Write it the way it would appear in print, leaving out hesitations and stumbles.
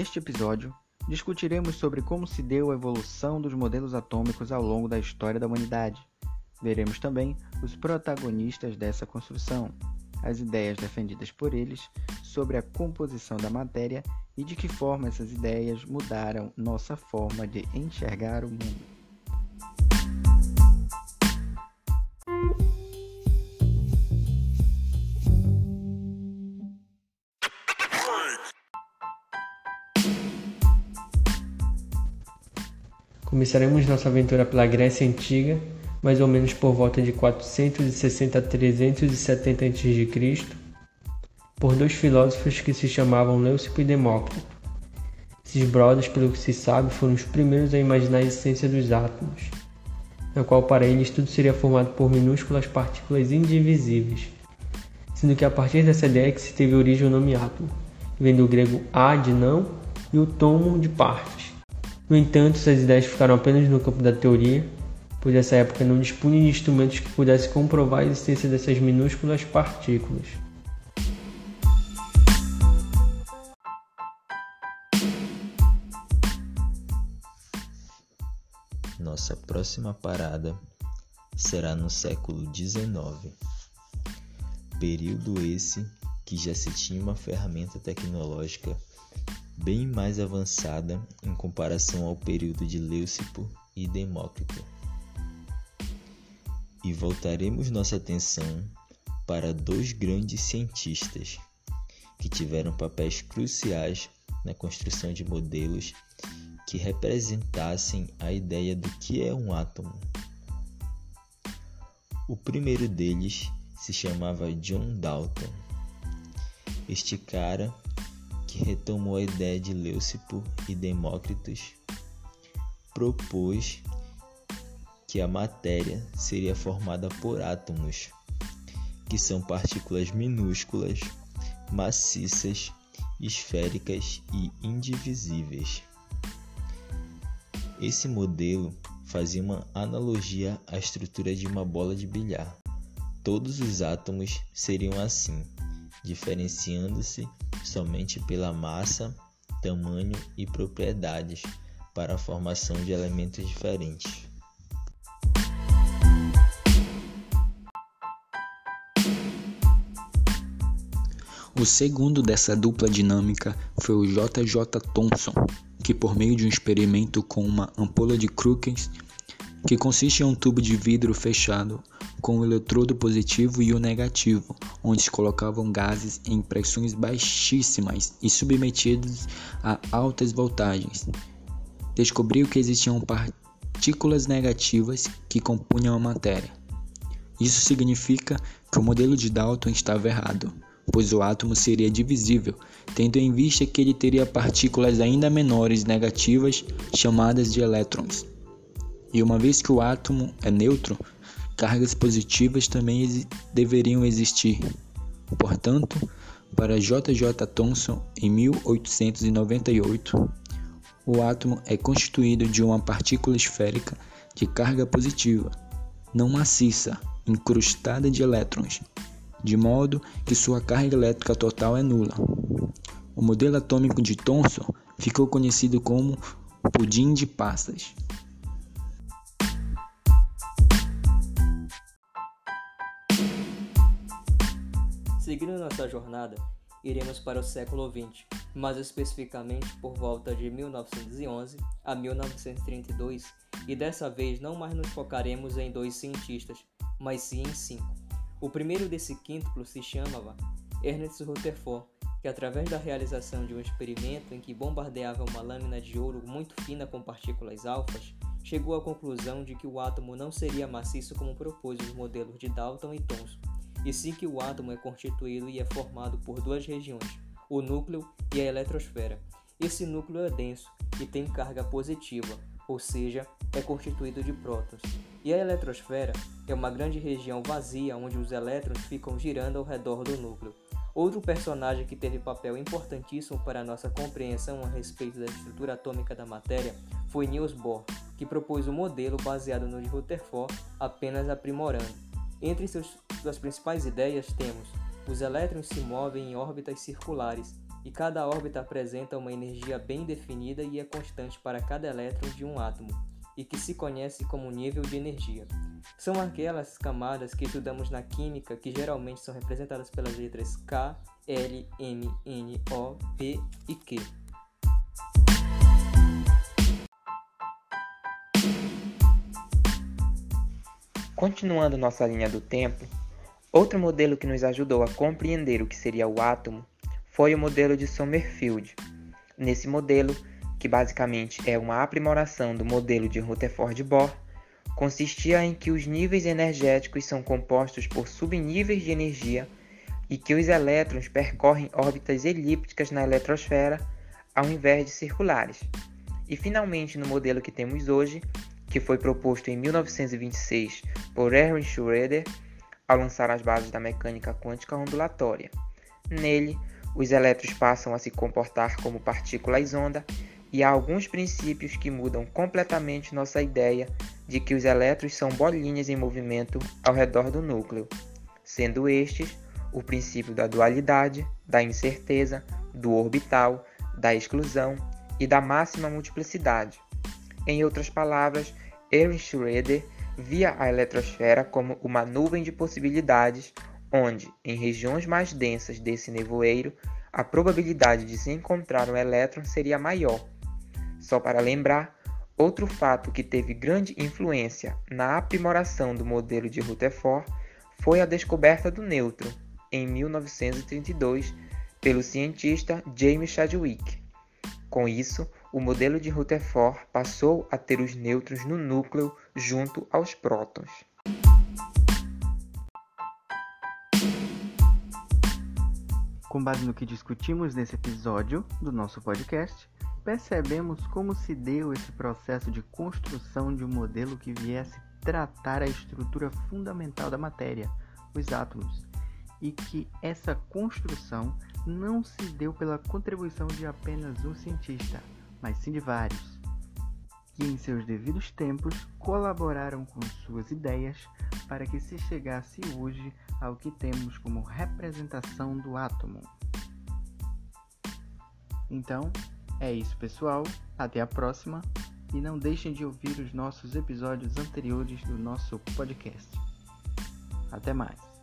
Neste episódio, discutiremos sobre como se deu a evolução dos modelos atômicos ao longo da história da humanidade. Veremos também os protagonistas dessa construção, as ideias defendidas por eles sobre a composição da matéria e de que forma essas ideias mudaram nossa forma de enxergar o mundo. Começaremos nossa aventura pela Grécia Antiga, mais ou menos por volta de 460 a 370 a.C., por dois filósofos que se chamavam Leucipo e Demócrito. Esses brothers, pelo que se sabe, foram os primeiros a imaginar a essência dos átomos, na qual para eles tudo seria formado por minúsculas partículas indivisíveis, sendo que a partir dessa ideia que se teve origem o nome átomo, que vem do grego a de não e o tomo de partes. No entanto, essas ideias ficaram apenas no campo da teoria, pois nessa época não dispunha de instrumentos que pudessem comprovar a existência dessas minúsculas partículas. Nossa próxima parada será no século XIX, período esse que já se tinha uma ferramenta tecnológica bem mais avançada em comparação ao período de Leucipo e Demócrito. E voltaremos nossa atenção para dois grandes cientistas que tiveram papéis cruciais na construção de modelos que representassem a ideia do que é um átomo. O primeiro deles se chamava John Dalton. Este cara que retomou a ideia de Leucipo e Demócritos, propôs que a matéria seria formada por átomos, que são partículas minúsculas, maciças, esféricas e indivisíveis. Esse modelo fazia uma analogia à estrutura de uma bola de bilhar. Todos os átomos seriam assim, diferenciando-se somente pela massa, tamanho e propriedades para a formação de elementos diferentes. O segundo dessa dupla dinâmica foi o J. J. Thomson, que por meio de um experimento com uma ampola de Crookes, que consiste em um tubo de vidro fechado com o eletrodo positivo e o negativo, onde se colocavam gases em pressões baixíssimas e submetidos a altas voltagens, descobriu que existiam partículas negativas que compunham a matéria. Isso significa que o modelo de Dalton estava errado, pois o átomo seria divisível, tendo em vista que ele teria partículas ainda menores negativas chamadas de elétrons. E uma vez que o átomo é neutro, cargas positivas também deveriam existir. Portanto, para J. J. Thomson, em 1898, o átomo é constituído de uma partícula esférica de carga positiva, não maciça, incrustada de elétrons, de modo que sua carga elétrica total é nula. O modelo atômico de Thomson ficou conhecido como pudim de passas. Seguindo nossa jornada, iremos para o século XX, mais especificamente por volta de 1911 a 1932, e dessa vez não mais nos focaremos em dois cientistas, mas sim em 5. O primeiro desse quíntuplo se chamava Ernest Rutherford, que através da realização de um experimento em que bombardeava uma lâmina de ouro muito fina com partículas alfas, chegou à conclusão de que o átomo não seria maciço como propôs os modelos de Dalton e Thomson, e sim que o átomo é constituído e é formado por duas regiões, o núcleo e a eletrosfera. Esse núcleo é denso e tem carga positiva, ou seja, é constituído de prótons. E a eletrosfera é uma grande região vazia onde os elétrons ficam girando ao redor do núcleo. Outro personagem que teve papel importantíssimo para a nossa compreensão a respeito da estrutura atômica da matéria foi Niels Bohr, que propôs um modelo baseado no de Rutherford, apenas aprimorando. Entre suas principais ideias temos: os elétrons se movem em órbitas circulares, e cada órbita apresenta uma energia bem definida e é constante para cada elétron de um átomo, e que se conhece como nível de energia. São aquelas camadas que estudamos na química que geralmente são representadas pelas letras K, L, M, N, O, P e Q. Continuando nossa linha do tempo, outro modelo que nos ajudou a compreender o que seria o átomo foi o modelo de Sommerfeld. Nesse modelo, que basicamente é uma aprimoração do modelo de Rutherford-Bohr, consistia em que os níveis energéticos são compostos por subníveis de energia e que os elétrons percorrem órbitas elípticas na eletrosfera ao invés de circulares. E finalmente no modelo que temos hoje, que foi proposto em 1926 por Erwin Schrödinger ao lançar as bases da mecânica quântica ondulatória. Nele, os elétrons passam a se comportar como partículas-onda e há alguns princípios que mudam completamente nossa ideia de que os elétrons são bolinhas em movimento ao redor do núcleo, sendo estes o princípio da dualidade, da incerteza, do orbital, da exclusão e da máxima multiplicidade. Em outras palavras, Erwin Schrödinger via a eletrosfera como uma nuvem de possibilidades, onde, em regiões mais densas desse nevoeiro, a probabilidade de se encontrar um elétron seria maior. Só para lembrar, outro fato que teve grande influência na aprimoração do modelo de Rutherford foi a descoberta do nêutron, em 1932, pelo cientista James Chadwick. Com isso, o modelo de Rutherford passou a ter os nêutrons no núcleo junto aos prótons. Com base no que discutimos nesse episódio do nosso podcast, percebemos como se deu esse processo de construção de um modelo que viesse tratar a estrutura fundamental da matéria, os átomos, e que essa construção não se deu pela contribuição de apenas um cientista, mas sim de vários, que em seus devidos tempos colaboraram com suas ideias para que se chegasse hoje ao que temos como representação do átomo. Então, é isso, pessoal. Até a próxima e não deixem de ouvir os nossos episódios anteriores do nosso podcast. Até mais!